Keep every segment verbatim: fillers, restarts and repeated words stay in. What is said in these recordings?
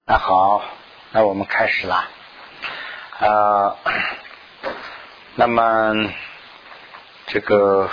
那好，那我们开始啦。呃，那么这个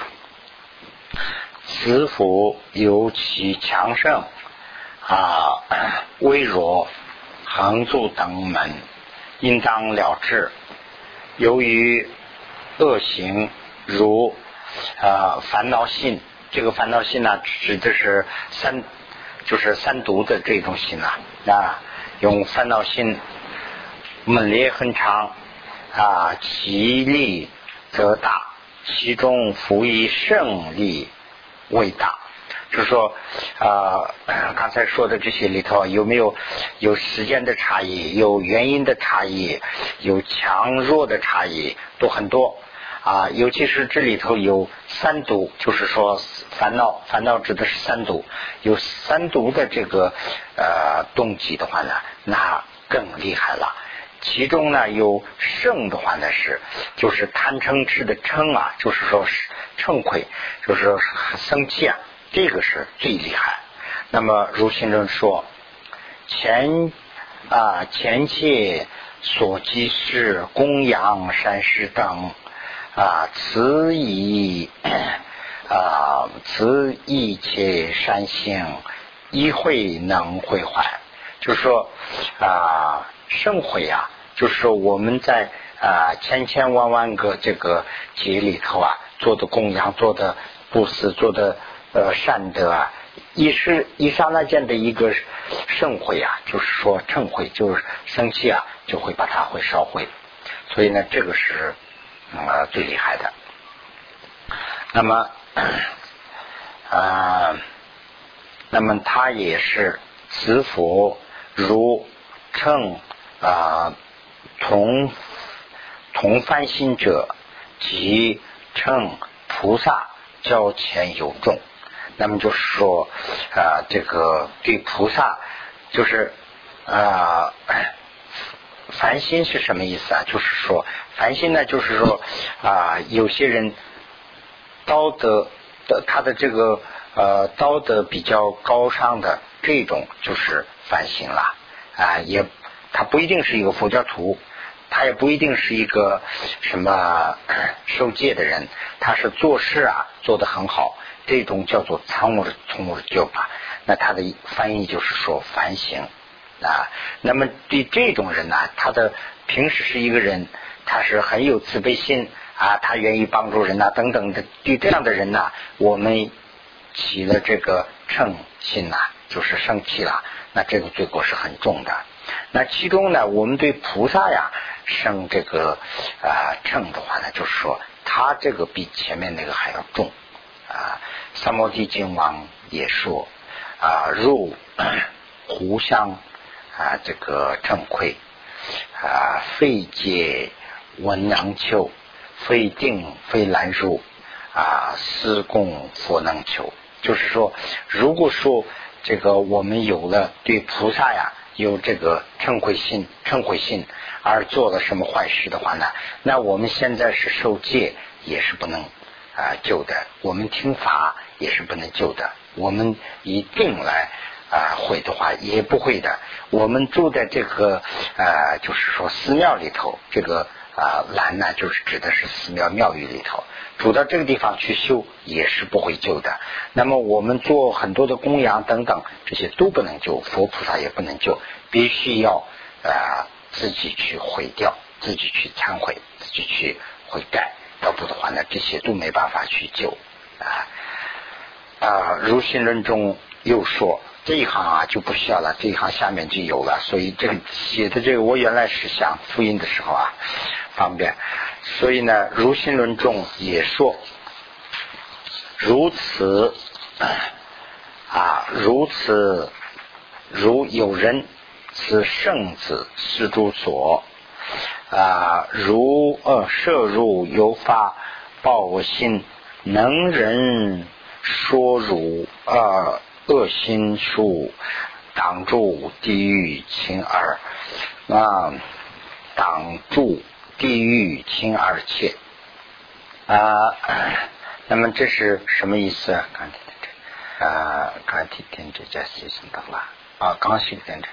子府尤其强盛啊，微弱横阻等门，应当了治。由于恶行如呃烦恼心，这个烦恼心呢，指的是三，就是三毒的这种心啊啊，用烦恼心门列很长啊，其力则大，其中辅以胜利为大。就是说啊、呃，刚才说的这些里头有没有有时间的差异，有原因的差异，有强弱的差异，都很多啊。尤其是这里头有三毒，就是说烦恼，烦恼指的是三毒，有三毒的这个呃动机的话呢，那更厉害了。其中呢有胜的话呢是，就是贪嗔痴的嗔啊，就是说嗔恚，就是说生气啊。这个是最厉害。那么如心论说，前啊前切所积事供养善事等啊，此以啊此一切善行一会能毁坏。就是说啊圣会啊，就是说我们在啊千千万万个这个节里头啊做的供养，做的布施，做的呃善德啊，一是一刹那间的一个盛会啊，就是说嗔恚，就是生气啊，就会把它会烧毁。所以呢，这个是呃最厉害的。那么啊、呃，那么它也是子府如称啊、呃、同同翻心者，即称菩萨交前有众。那么就是说啊、呃，这个对菩萨就是啊、呃，凡心是什么意思啊？就是说凡心呢，就是说啊、呃，有些人道德的他的这个呃道德比较高尚的这种就是凡心了啊、呃，也他不一定是一个佛教徒，他也不一定是一个什么受戒的人，他是做事啊做得很好，这种叫做参悟从悟教法。那他的翻译就是说凡行啊。那么对这种人呢、啊，他的平时是一个人，他是很有慈悲心啊，他愿意帮助人呐、啊、等等的。对这样的人呢、啊，我们起了这个嗔心呐、啊，就是生气了，那这个罪过是很重的。那其中呢，我们对菩萨呀生这个啊嗔的话呢，就是说他这个比前面那个还要重啊。三摩地经王也说啊，入互相啊这个嗔恚啊，非戒闻能求，非定非难入啊，思供佛能求。就是说，如果说这个我们有了对菩萨呀有这个嗔恚心、嗔恚心而做了什么坏事的话呢，那我们现在是受戒也是不能啊、呃、救的，我们听法也是不能救的，我们一定来啊、呃、会的话也不会的。我们住在这个呃就是说寺庙里头，这个啊栏呢就是指的是寺庙庙宇里头，住到这个地方去修也是不会救的。那么我们做很多的供养等等，这些都不能救，佛菩萨也不能救，必须要呃自己去毁掉，自己去忏悔，自己去悔改，要不的话呢，这些都没办法去救啊啊！如心论中又说，这一行啊就不需要了，这一行下面就有了，所以这个写的这个我原来是想复印的时候啊方便，所以呢如心论中也说，如此啊如此如有人此圣子施诸所啊，如呃摄入有法报心，能人说辱呃恶心术，挡住地狱亲耳啊，挡住地狱亲耳切啊。那么这是什么意思啊？看啊，看提点这叫写什么了啊？刚写点这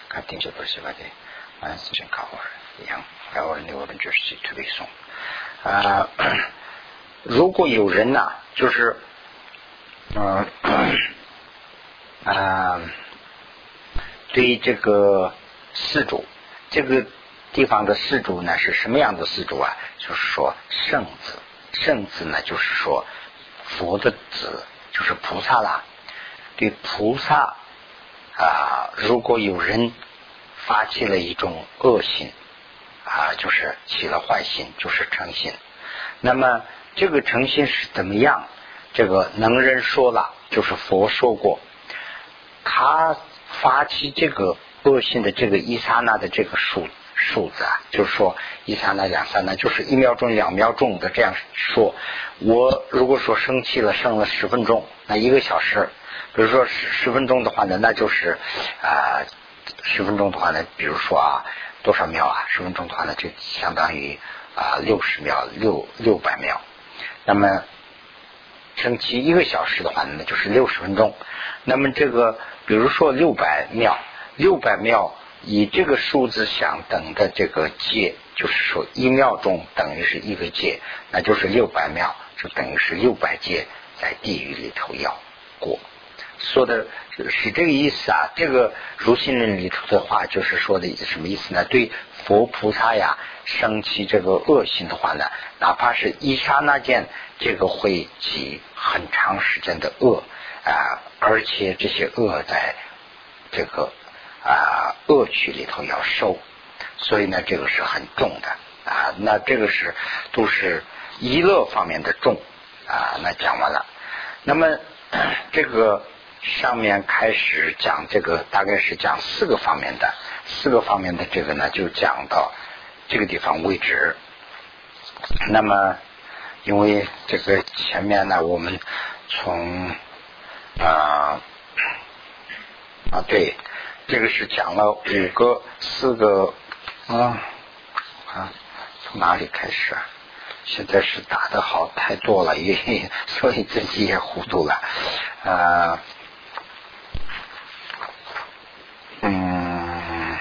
看定就不是吧的，按思想考我一样，还有那我们就是去推送啊。如果有人呐、啊，就是嗯啊、呃，对这个施主，这个地方的施主呢是什么样的施主啊？就是说圣子，圣子呢就是说佛的子，就是菩萨啦。对菩萨啊，如果有人发起了一种恶心啊，就是起了坏心，就是诚心。那么这个诚心是怎么样？这个能人说了，就是佛说过，他发起这个恶心的这个一刹那的这个数数字啊，就是说一刹那两刹那，就是一秒钟两秒钟的这样说。我如果说生气了，生了十分钟，那一个小时，比如说十十分钟的话呢，那就是啊十分钟的话呢，比如说啊多少秒啊？十分钟的话呢，就相当于啊六十秒，六六百秒。那么生气一个小时的话呢，那就是六十分钟。那么这个比如说六百秒，六百秒以这个数字相等的这个界，就是说一秒钟等于是一个界，那就是六百秒，就等于是六百界在地狱里头要过。说的是这个意思啊。这个如心论里头的话就是说的什么意思呢？对佛菩萨呀生起这个恶心的话呢，哪怕是一刹那间，这个会起很长时间的恶啊，而且这些恶在这个啊恶趣里头要受，所以呢这个是很重的啊。那这个是都是娱乐方面的重啊。那讲完了，那么这个上面开始讲这个大概是讲四个方面的，四个方面的这个呢就讲到这个地方为止。那么因为这个前面呢我们从啊啊对，这个是讲了五个四个啊啊从哪里开始啊？现在是打得好太多了，因为所以自己也糊涂了啊。嗯，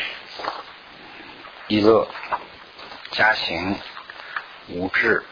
一乐、加行、无智，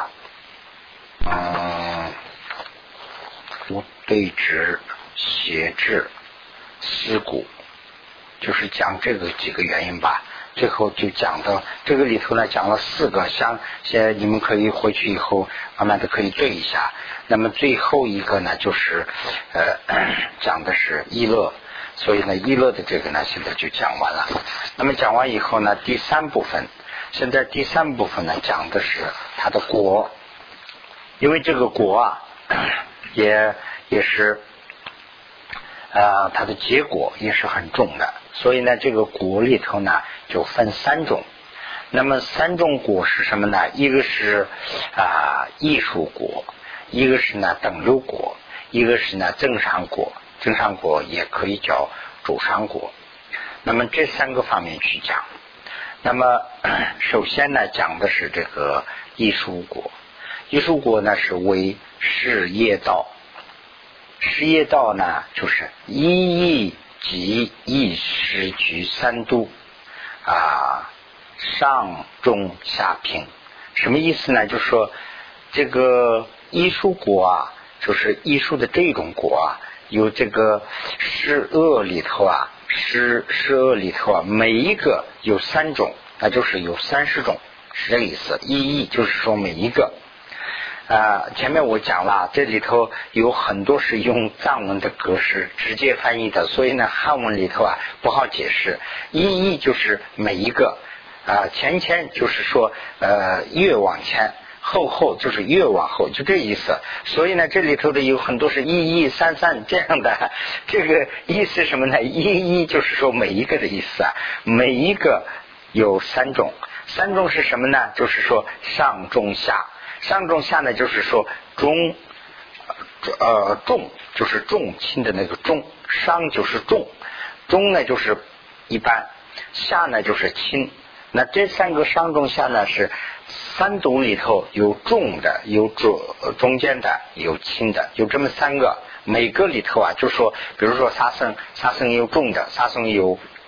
嗯，无对执、邪智、思故，就是讲这个几个原因吧。最后就讲到这个里头呢，讲了四个，像现在你们可以回去以后慢慢的可以对一下。那么最后一个呢，就是呃讲的是一乐，所以呢一乐的这个呢现在就讲完了。那么讲完以后呢，第三部分，现在第三部分呢讲的是它的果，因为这个果啊也也是呃它的结果也是很重的，所以呢这个果里头呢就分三种。那么三种果是什么呢？一个是啊艺术果，一个是呢等流果，一个是呢正常果。正常果也可以叫主常果。那么这三个方面去讲。那么首先呢讲的是这个艺术果。艺术果呢是为事业道，事业道呢就是一义即一时局三度啊，上中下平。什么意思呢？就是说这个艺术果啊，就是艺术的这种果啊，有这个施恶里头啊，施施恶里头啊，每一个有三种，那就是有三十种，是这个意思。一义就是说每一个啊、呃，前面我讲了，这里头有很多是用藏文的格式直接翻译的，所以呢汉文里头啊不好解释。一义就是每一个啊、呃，前前就是说呃越往前，后后就是越往后，就这意思。所以呢这里头的有很多是一一三三这样的，这个意思什么呢？一一就是说每一个的意思啊，每一个有三种，三种是什么呢？就是说上中下。上中下呢就是说中呃重就是重轻的那个重，上就是重，中呢就是一般，下呢就是轻。那这三个上中下呢是三种里头有重的，有中中间的，有轻的，有这么三个。每个里头啊就说比如说沙僧，沙僧有重的，沙僧有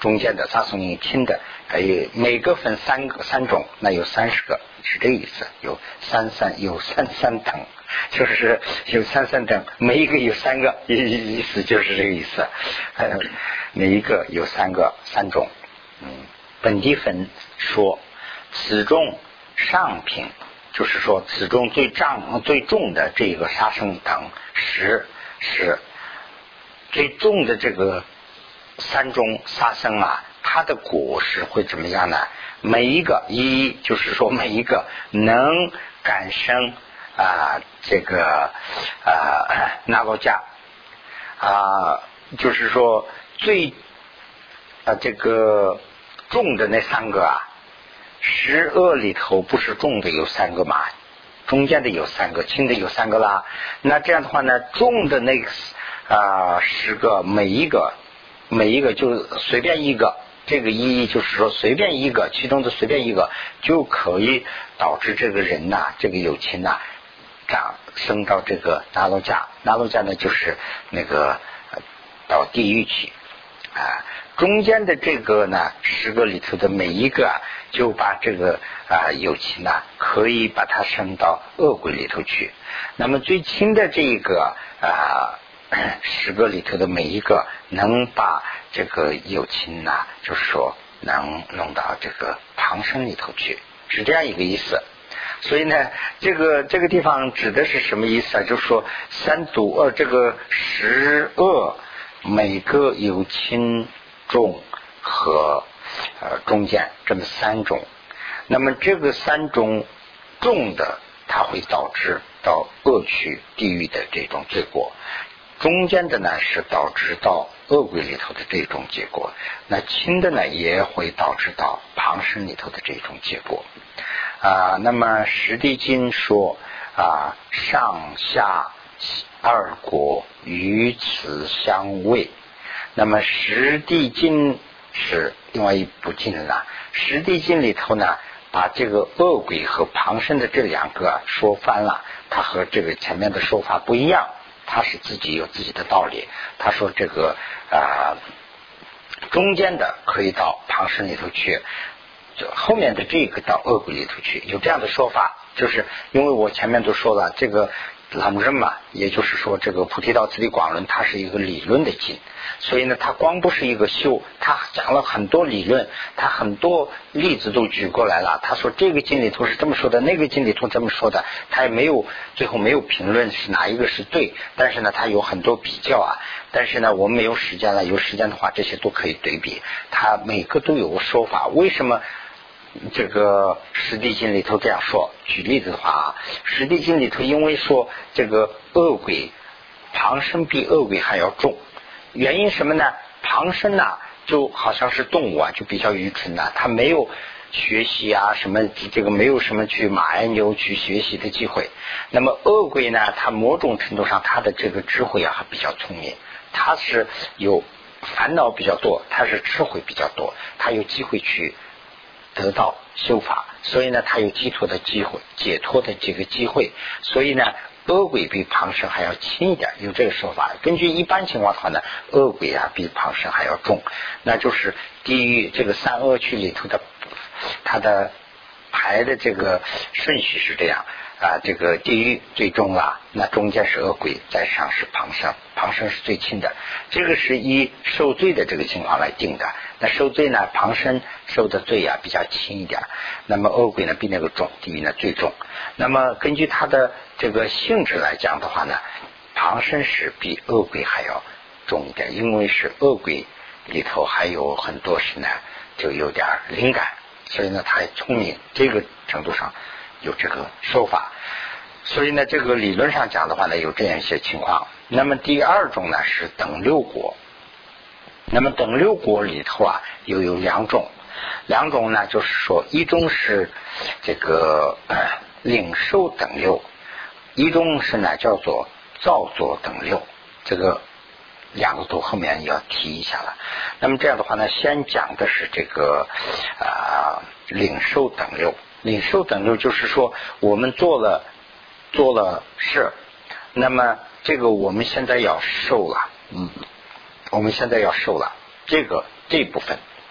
中间的沙僧因轻的，还有每个分三个三种，那有三十个，是这个意思。有三三有三三等，就是有三三等，每一个有三个，意意思就是这个意思。呃，每一个有三个三种。嗯，本地分说此中上品，就是说此中最重最重的这个杀生等十是最重的这个三种杀生啊，它的果实会怎么样呢？每一个一就是说每一个能感生啊、呃、这个啊那罗迦啊，就是说最啊这个重的那三个啊，十恶里头不是重的有三个嘛，中间的有三个，轻的有三个啦。那这样的话呢，重的那个啊十个，每一个每一个就随便一个，这个意义就是说随便一个，其中的随便一个就可以导致这个人呐、啊，这个有情呐、啊，长升到这个那罗迦，那罗迦呢就是那个到地狱去啊。中间的这个呢，十个里头的每一个啊，就把这个啊有情呢，可以把它升到恶鬼里头去。那么最轻的这一个啊十个里头的每一个，能把这个有情呢，就是说能弄到这个旁生里头去，是这样一个意思。所以呢，这个这个地方指的是什么意思啊？就是说三毒呃，这个十恶每个有轻重和呃中间这么三种，那么这个三种重的，它会导致到恶趣地狱的这种结果，中间的呢是导致到恶鬼里头的这种结果，那轻的呢也会导致到旁生里头的这种结果啊。那么十地经说啊，上下二果与此相位。那么十地经是另外一部经了，十地经里头呢，把这个恶鬼和旁生的这两个说翻了，它和这个前面的说法不一样，它是自己有自己的道理。他说这个啊、呃，中间的可以到旁生里头去，就后面的这个到恶鬼里头去，有这样的说法。就是因为我前面都说了，这个朗任嘛，也就是说这个菩提道次第广论它是一个理论的经，所以呢它光不是一个修，它讲了很多理论，它很多例子都举过来了。他说这个经里头是这么说的，那个经里头这么说的，他也没有最后没有评论是哪一个是对，但是呢他有很多比较啊。但是呢我们没有时间了，有时间的话这些都可以对比，他每个都有个说法。为什么这个十地经里头这样说？举例子的话啊，十地经里头因为说这个恶鬼旁生比恶鬼还要重，原因什么呢？旁生啊就好像是动物啊，就比较愚蠢呐、啊，他没有学习啊什么，这个没有什么去马鞍牛去学习的机会。那么恶鬼呢，他某种程度上他的这个智慧啊还比较聪明，他是有烦恼比较多，他是智慧比较多，他有机会去得到修法，所以呢他有寄托的机会，解脱的这个机会，所以呢恶鬼比旁生还要轻一点，有这个说法。根据一般情况的话呢，恶鬼啊比旁生还要重，那就是地狱这个三恶趣里头的它的排的这个顺序是这样啊，这个地狱最重了，那中间是恶鬼，在上是旁生，旁生是最轻的。这个是以受罪的这个情况来定的。那受罪呢，旁生受的罪啊比较轻一点，那么恶鬼呢比那个重，地狱呢最重。那么根据它的这个性质来讲的话呢，旁生是比恶鬼还要重一点，因为是恶鬼里头还有很多是呢就有点灵感，所以呢他也聪明，这个程度上有这个说法。所以呢这个理论上讲的话呢有这样一些情况。那么第二种呢是等六果，那么等六果里头啊又有两种，两种呢就是说一种是这个、呃、领受等六，一种是呢叫做造作等六，这个两个都后面要提一下了。那么这样的话呢，先讲的是这个啊、呃、领受等六。领受等六就是说我们做了做了事，那么这个我们现在要受了，嗯，我们现在要受了这个这部分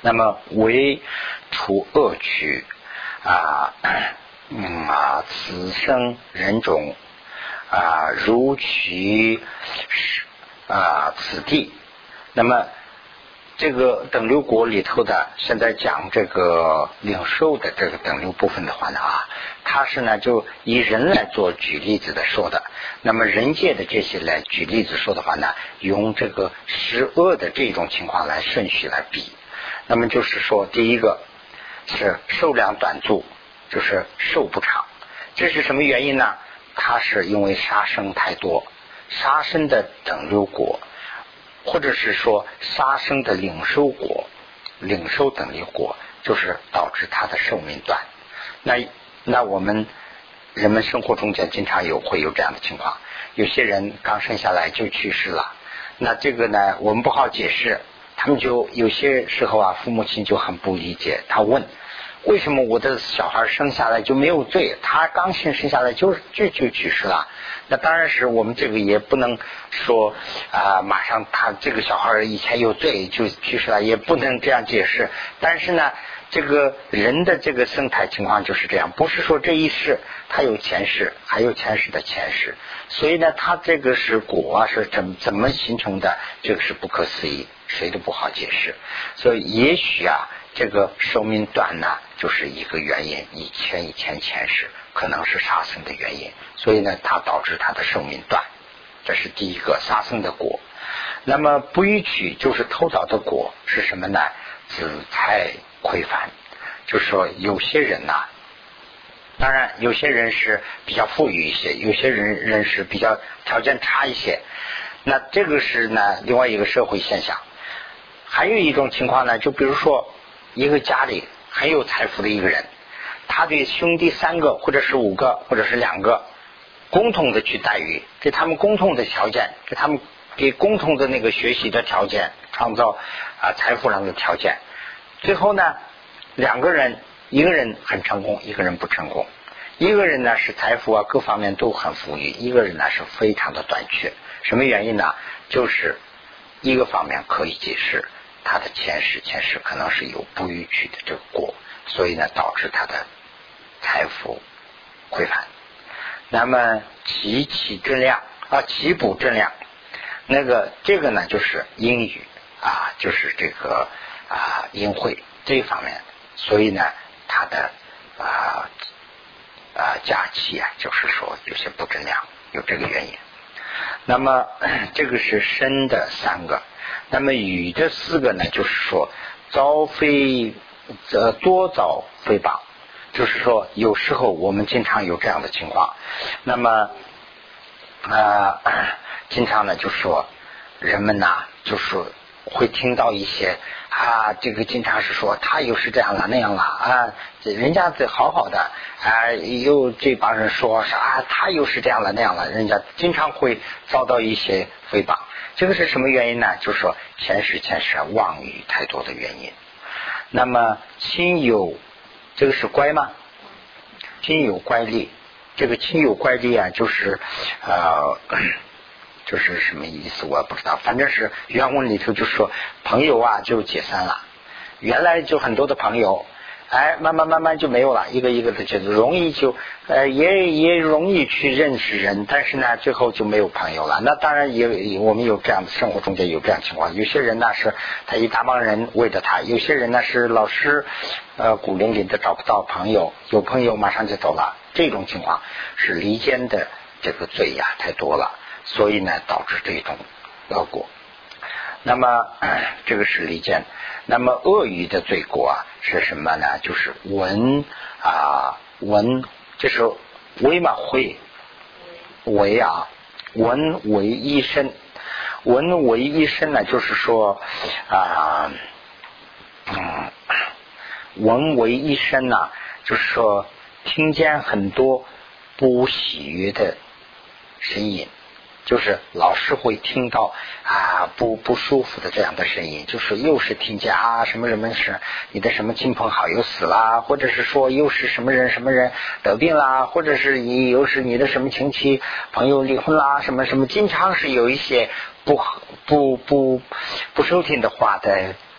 那么为除恶趣啊，嗯啊，此生人种啊，如其啊此地。那么这个等流国里头的，现在讲这个领受的这个等流部分的话呢啊，它是呢就以人来做举例子的说的。那么人界的这些来举例子说的话呢，用这个十恶的这种情况来顺序来比。那么就是说，第一个是寿量短促，就是寿不长。这是什么原因呢？它是因为杀生太多，杀生的等流果，或者是说杀生的领受果，领受等流果，就是导致它的寿命短。那那我们人们生活中间经常有会有这样的情况，有些人刚生下来就去世了，那这个呢我们不好解释，他们就有些时候啊，父母亲就很不理解，他问为什么我的小孩生下来就没有罪，他刚生生下来就就就去世了。那当然是我们这个也不能说啊、呃，马上他这个小孩以前有罪就去世了，也不能这样解释。但是呢，这个人的这个生态情况就是这样，不是说这一世他有前世，还有前世的前世，所以呢，他这个是果啊，是怎怎么形成的，这个是不可思议，谁都不好解释。所以也许啊，这个寿命短呢，就是一个原因，以前以前前世可能是杀生的原因，所以呢，它导致它的寿命短，这是第一个杀生的果。那么不予取就是偷盗的果是什么呢？子财匮乏，就是说有些人呐、啊，当然有些人是比较富裕一些，有些人人是比较条件差一些，那这个是呢另外一个社会现象。还有一种情况呢，就比如说一个家里很有财富的一个人，他对兄弟三个或者是五个或者是两个共同的去待遇，给他们共同的条件，给他们给共同的那个学习的条件，创造啊财富上的条件。最后呢，两个人，一个人很成功，一个人不成功。一个人呢是财富啊各方面都很富裕，一个人呢是非常的短缺。什么原因呢？就是一个方面可以解释他的前世，前世可能是有不予取的这个果，所以呢导致他的财富匮乏。那么其起质量啊，其补质量，那个这个呢就是英语啊，就是这个啊淫秽这一方面，所以呢它的啊啊假期啊，就是说有些不质量，有这个原因。那么这个是身的三个，那么语的四个呢，就是说遭非呃多遭诽谤，就是说有时候我们经常有这样的情况。那么呃经常呢就是说人们呐就是会听到一些啊，这个经常是说他又是这样了那样了啊，人家这好好的啊，又这帮人说啥、啊、他又是这样了那样了，人家经常会遭到一些诽谤。这个是什么原因呢？就是说前世前世妄语太多的原因。那么亲友，这个是乖吗？亲友乖戾，这个亲友乖戾啊，就是呃就是什么意思我也不知道，反正是原文里头就说朋友啊就解散了，原来就很多的朋友，哎，慢慢慢慢就没有了，一个一个的觉得容易就呃也也容易去认识人，但是呢最后就没有朋友了。那当然也我们有这样的生活中间有这样情况，有些人呢是他一大帮人围着他，有些人呢是老师呃孤零零的找不到朋友，有朋友马上就走了，这种情况是离间的这个罪呀太多了，所以呢导致这种恶果。那么这个是离间。那么恶语的罪过啊是什么呢？就是闻啊闻，就是为嘛会为啊闻为一身，闻为一身呢，就是说啊嗯闻为一身呢、啊，就是说听见很多不喜悦的声音，就是老是会听到啊不不舒服的这样的声音，就是又是听见啊什么什么是你的什么亲朋好友死啦，或者是说又是什么人什么人得病啦，或者是你又是你的什么亲戚朋友离婚啦，什么什么，经常是有一些不不不不收听的话在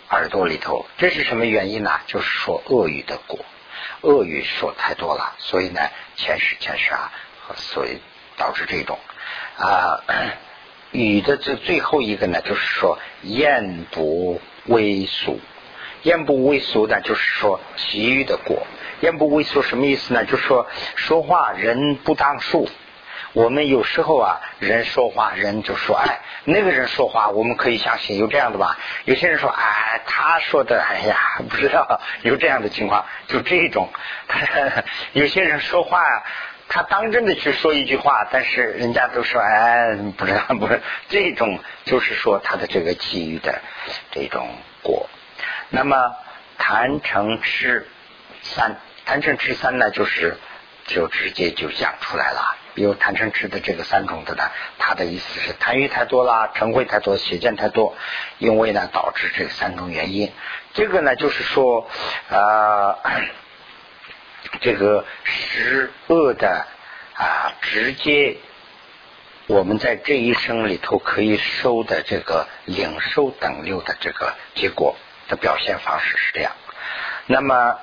耳朵里头，这是什么原因呢？就是说恶语的果，恶语说太多了，所以呢前世前世啊，所以导致这种啊。语的这最后一个呢，就是说言不为俗，言不为俗呢，就是说其余的果。言不为俗什么意思呢？就是说说话人不当数。我们有时候啊，人说话，人就说，哎，那个人说话，我们可以相信，有这样的吧？有些人说，哎，他说的，哎呀，不知道有这样的情况，就这种。有些人说话啊，他当真的去说一句话，但是人家都说，哎，不知道，不是这种，就是说他的这个其余的这种果。那么谈成痴三，谈成痴三呢，就是就直接就讲出来了。比如贪嗔痴的这个三种的呢，它的意思是贪欲太多啦，嗔恚太多，邪见太多，因为呢导致这三种原因。这个呢就是说呃这个十恶的啊直接我们在这一生里头可以收的这个领受等六的这个结果的表现方式是这样。那么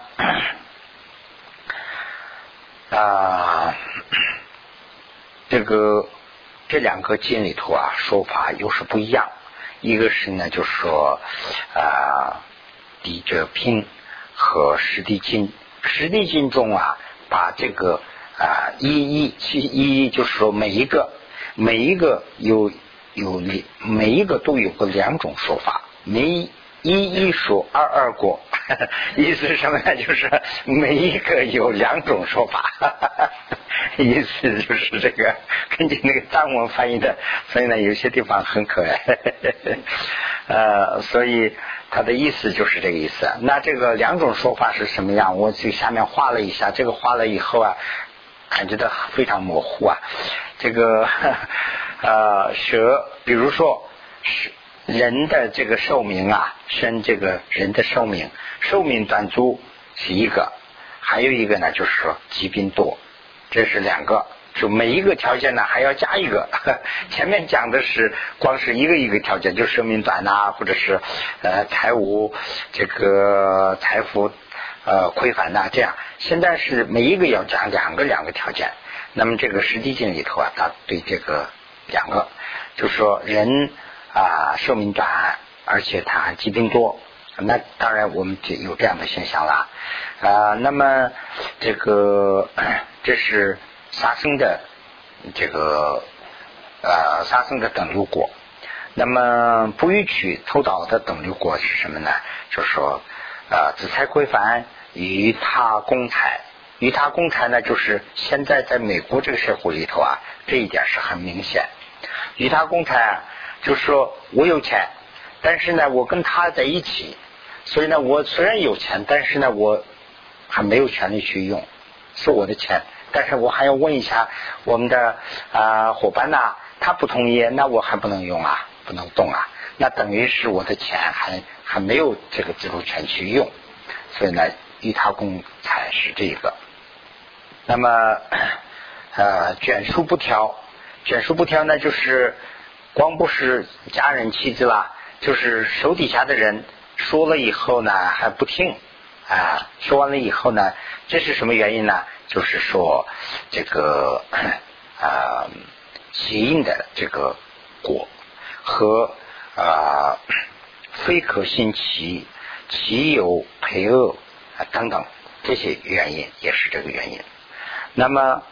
啊这个这两个经里头啊说法又是不一样，一个是呢就是说啊地者品和实地经，实地经中啊把这个啊一一其一就是说每一个每一个有有每一个都有个两种说法，每一一说二二过，意思是什么呢？就是每一个有两种说法，意思就是这个根据那个藏文翻译的，所以呢有些地方很可爱，呃，所以它的意思就是这个意思。那这个两种说法是什么样？我这下面画了一下，这个画了以后啊，感觉到非常模糊啊。这个呃蛇，比如说是。人的这个寿命啊，生这个人的寿命，寿命短足是一个，还有一个呢，就是说疾病多，这是两个，就每一个条件呢还要加一个。前面讲的是光是一个一个条件，就寿命短呐、啊，或者是呃财务这个财富呃匮乏呐，这样。现在是每一个要讲两个两个条件。那么这个实际经里头啊，它对这个两个，就是说人。啊，寿命短，而且它疾病多，那当然我们就有这样的现象了。啊，那么这个这是杀生的这个呃杀生的等流果。那么不允许偷盗的等流果是什么呢？就是说呃子财规范与他公财，与他公财呢，就是现在在美国这个社会里头啊，这一点是很明显。与他公财啊。就是说我有钱，但是呢我跟他在一起，所以呢我虽然有钱，但是呢我还没有权利去用，是我的钱，但是我还要问一下我们的啊、呃、伙伴呐、啊，他不同意，那我还不能用啊，不能动啊，那等于是我的钱还还没有这个自主权去用，所以呢与他共财是这个。那么呃卷数不挑，卷数不挑呢就是光不是家人妻子啦，就是手底下的人说了以后呢还不听啊，说完了以后呢，这是什么原因呢？就是说这个啊邪淫的这个果和啊非可信其其有培恶啊等等这些原因，也是这个原因。那么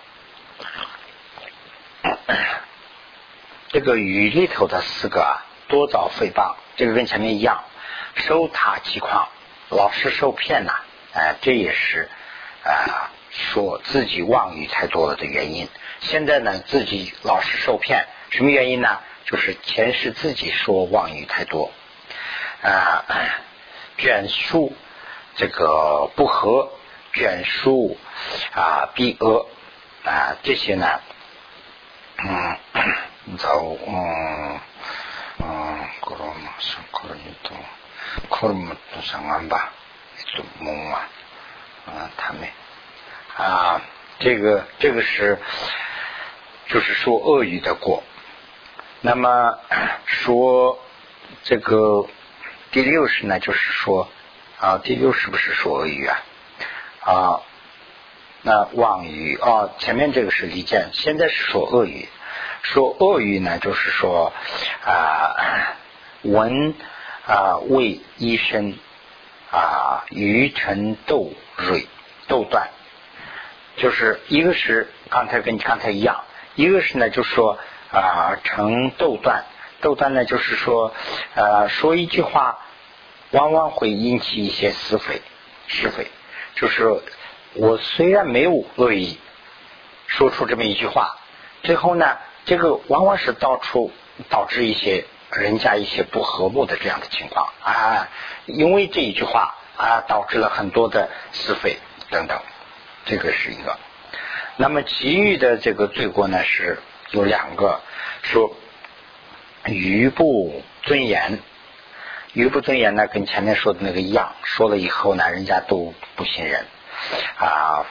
这个语里头的四个啊，多造诽谤，这个跟前面一样，收他其况，老是受骗呐、啊，哎、呃，这也是啊、呃、说自己妄语太多了的原因。现在呢，自己老是受骗，什么原因呢？就是前世自己说妄语太多，啊、呃，卷数这个不合，卷数啊避恶啊这些呢，嗯。자오 음, 어, 그럼 그러니까 그러면 또 상한바 또 뭔가啊他们啊这个这个是就是说恶语的过。那么说这个第六识呢就是说啊，第六是不是说恶语啊？啊，那妄语啊，前面这个是离间，现在是说恶语。说恶语呢，就是说啊，闻啊为医生啊，愚臣斗锐斗断，就是一个是刚才跟刚才一样，一个是呢就是说啊成斗断，斗断呢就是说呃说一句话往往会引起一些是非是非，就是我虽然没有恶意说出这么一句话，最后呢这个往往是导出导致一些人家一些不和睦的这样的情况啊，因为这一句话啊导致了很多的是非等等，这个是一个。那么其余的这个罪过呢是有两个，说语不尊严，语不尊严呢跟前面说的那个一样，说了以后呢人家都不信任啊，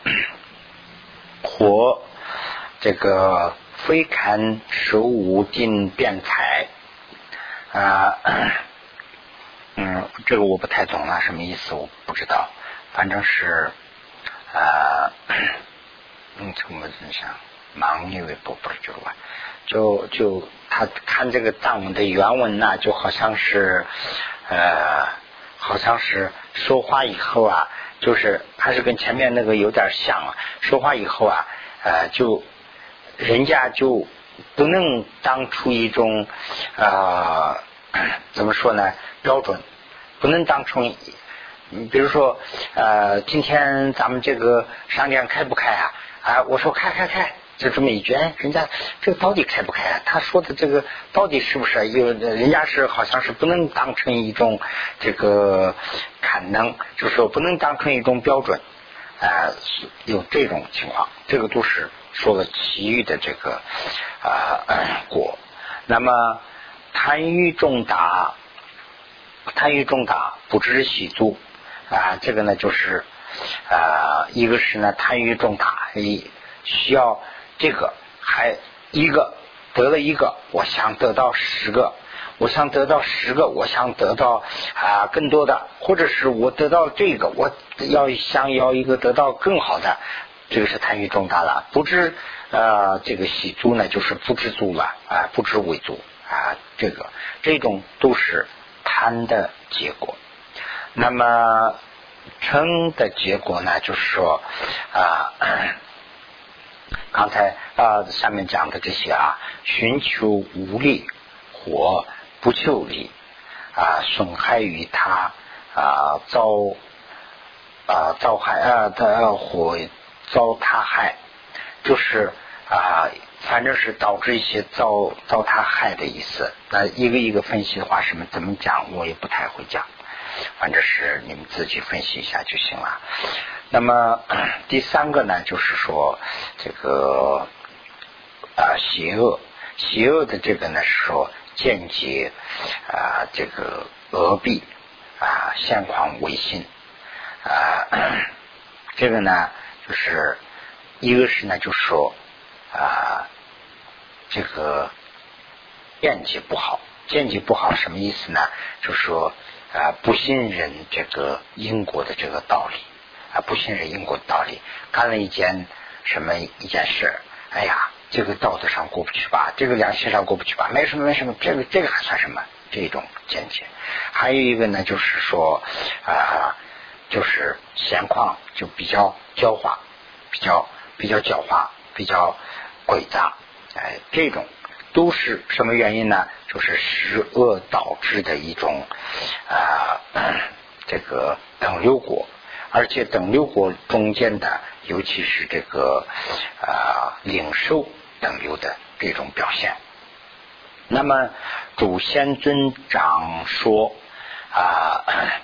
或这个非堪手无尽辩才啊，嗯，这个我不太懂了，什么意思我不知道，反正是啊，嗯，怎么想忙因为不不是这个吧，就就他看这个藏文的原文呢，就好像是呃，好像是说话以后啊，就是还是跟前面那个有点像啊，说话以后啊，呃，就人家就不能当出一种呃怎么说呢标准，不能当成比如说呃今天咱们这个商店开不开啊？啊，我说开开开，就这么一句，哎，人家这个到底开不开啊？他说的这个到底是不是有人家是好像是不能当成一种这个坎能，就是说不能当成一种标准啊、呃，有这种情况，这个都是说了其余的这个啊、呃、果。那么贪欲重大，贪欲重大不知喜足啊，这个呢就是啊、呃，一个是呢贪欲重大，需要这个，还一个得了一个，我想得到十个，我想得到十个，我想得到啊、呃、更多的，或者是我得到这个，我要想要一个得到更好的，这个是贪欲重大了。不知呃这个喜足呢，就是不知足了啊、呃，不知为足啊，这个这种都是贪的结果。那么嗔的结果呢，就是说啊、呃，刚才啊、呃、下面讲的这些啊，寻求无利或不求利啊，损害于他啊，遭啊遭害啊的或遭他害，就是啊，反正是导致一些遭遭他害的意思。那一个一个分析的话，什么怎么讲，我也不太会讲。反正是你们自己分析一下就行了。那么第三个呢，就是说这个啊邪恶，邪恶的这个呢是说间接啊这个讹弊啊现况违信啊，这个呢就是一个是呢就是说啊这个间接不好，间接不好什么意思呢？就是说啊，不信任这个因果的这个道理啊，不信任因果的道理，干了一件什么一件事，哎呀，这个道德上过不去吧，这个良心上过不去吧，没什么没什么，这个这个还算什么？这种见解。还有一个呢，就是说啊，就是闲况就比较狡猾，比较比较狡猾，比较诡诈，哎，这种。都是什么原因呢？就是十恶导致的一种啊、呃，这个等流果，而且等流果中间的，尤其是这个啊、呃、领受等流的这种表现。那么主先尊长说啊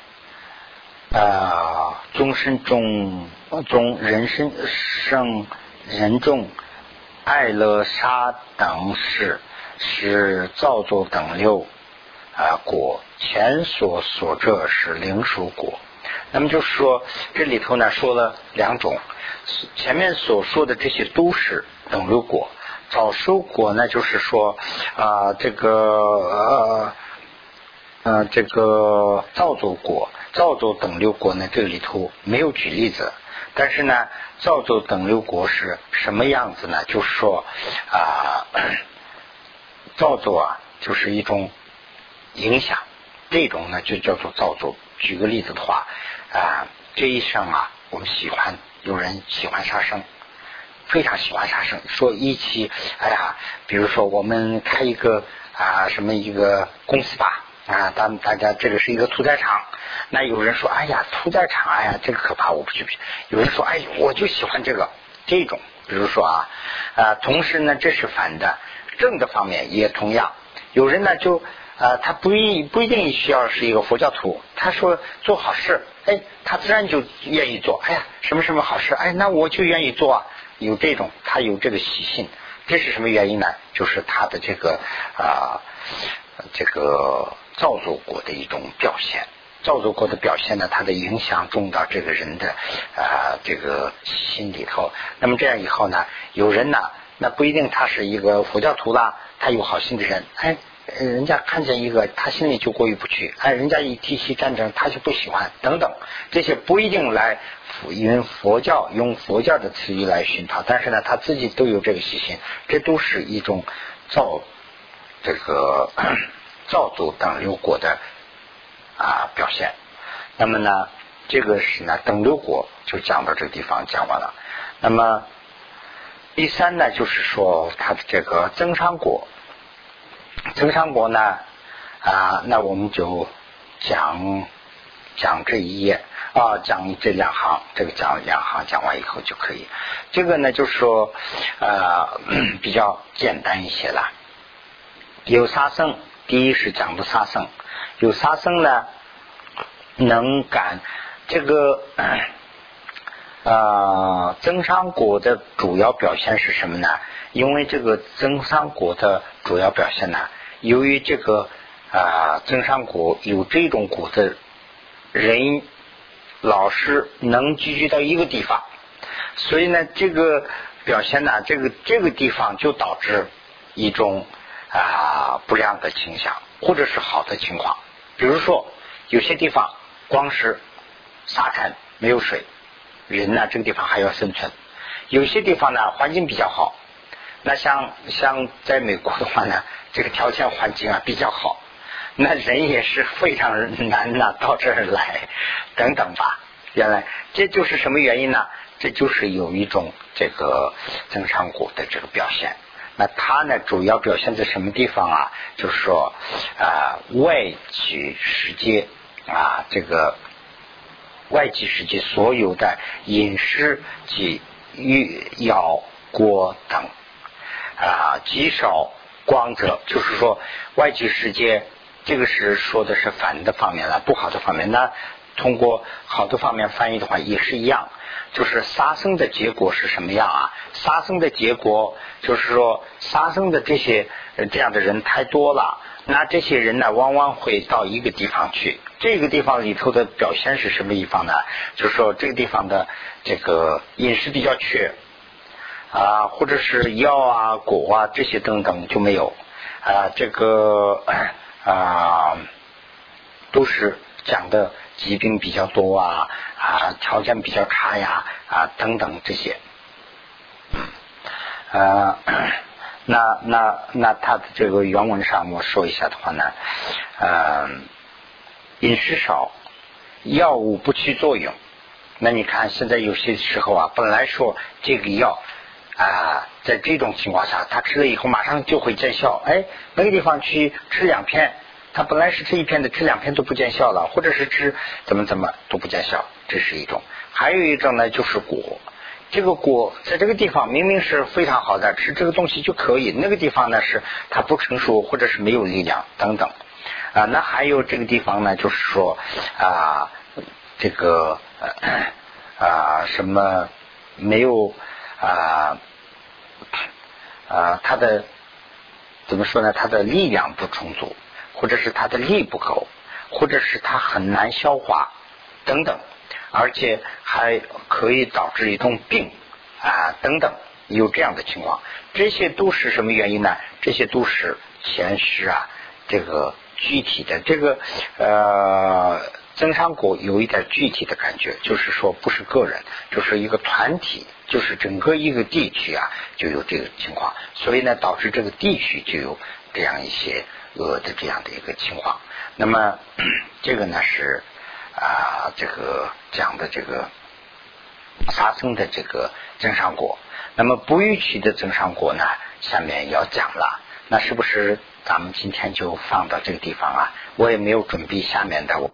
啊，终身中中人身生人众。爱乐杀等事是造作等流啊果，前所所这是灵属果。那么就是说这里头呢说了两种，前面所说的这些都是等流果，早熟果呢就是说啊、呃、这个呃呃这个造作果、造作等流果呢，这个里头没有举例子，但是呢，造作等流果是什么样子呢？就是说啊、呃，造作啊，就是一种影响，这种呢就叫做造作。举个例子的话啊、呃，这一生啊，我们喜欢有人喜欢杀生。非常喜欢杀生，说一起，哎呀，比如说我们开一个啊什么一个公司吧，啊，咱们大家这个是一个屠宰场，那有人说，哎呀，屠宰场，哎呀，这个可怕，我不去不去。有人说，哎，我就喜欢这个，这种，比如说啊，啊，同时呢，这是反的，正的方面也同样，有人呢就。呃，他不一不一定需要是一个佛教徒，他说做好事，哎，他自然就愿意做。哎呀，什么什么好事，哎，那我就愿意做啊。有这种，他有这个习性，这是什么原因呢？就是他的这个啊、呃，这个造作果的一种表现。造作果的表现呢，它的影响重到这个人的啊、呃、这个心里头。那么这样以后呢，有人呢，那不一定他是一个佛教徒啦，他有好心的人，哎。人家看见一个，他心里就过意不去，哎，人家一提起战争，他就不喜欢，等等，这些不一定来用佛教用佛教的词语来熏陶，但是呢，他自己都有这个习性，这都是一种造这个造作等流果的啊表现。那么呢，这个是呢等流果就讲到这个地方讲完了。那么第三呢，就是说它的这个增上果。增上果呢啊，那我们就讲讲这一页啊，讲这两行，这个讲两行讲完以后就可以。这个呢就是说呃比较简单一些了。有杀生，第一是讲的杀生，有杀生呢能感这个呃增上果的主要表现是什么呢？因为这个增上果的主要表现呢，由于这个啊增上果有这种果的人老是能聚集到一个地方，所以呢这个表现呢，这个这个地方就导致一种啊不良的倾向，或者是好的情况。比如说有些地方光是沙滩没有水，人呢这个地方还要生存；有些地方呢环境比较好。那像像在美国的话呢，这个条件环境啊比较好，那人也是非常难呐到这儿来，等等吧。原来这就是什么原因呢？这就是有一种这个增上果的这个表现。那它呢主要表现在什么地方啊？就是说啊、呃、外取世界啊，这个外界世界所有的饮食及欲药果等啊，极少光泽，就是说外界世界，这个是说的是反的方面了，不好的方面呢，通过好的方面翻译的话也是一样，就是杀生的结果是什么样啊？杀生的结果就是说杀生的这些这样的人太多了，那这些人呢往往会到一个地方去，这个地方里头的表现是什么地方呢？就是说这个地方的这个饮食比较缺啊，或者是药啊果啊这些等等就没有啊，这个啊都是讲的疾病比较多啊啊条件比较差呀啊等等这些。嗯啊那那那他的这个原文上我说一下的话呢，呃饮食少，药物不起作用。那你看现在有些时候啊，本来说这个药啊，在这种情况下，他吃了以后马上就会见效。哎，那个地方去吃两片，他本来是吃一片的，吃两片都不见效了，或者是吃怎么怎么都不见效，这是一种。还有一种呢，就是果。这个果在这个地方明明是非常好的，吃这个东西就可以，那个地方呢是它不成熟，或者是没有力量等等。啊，那还有这个地方呢，就是说啊，这个啊什么没有。啊啊，他的怎么说呢？他的力量不充足，或者是他的力不够，或者是他很难消化等等，而且还可以导致一种病啊等等，有这样的情况。这些都是什么原因呢？这些都是前世啊这个具体的这个呃增上果有一点具体的感觉，就是说不是个人，就是一个团体，就是整个一个地区啊就有这个情况，所以呢导致这个地区就有这样一些恶的这样的一个情况。那么这个呢是啊、呃、这个讲的这个杀生的这个增上果。那么不预期的增上果呢下面要讲了，那是不是咱们今天就放到这个地方啊？我也没有准备下面的。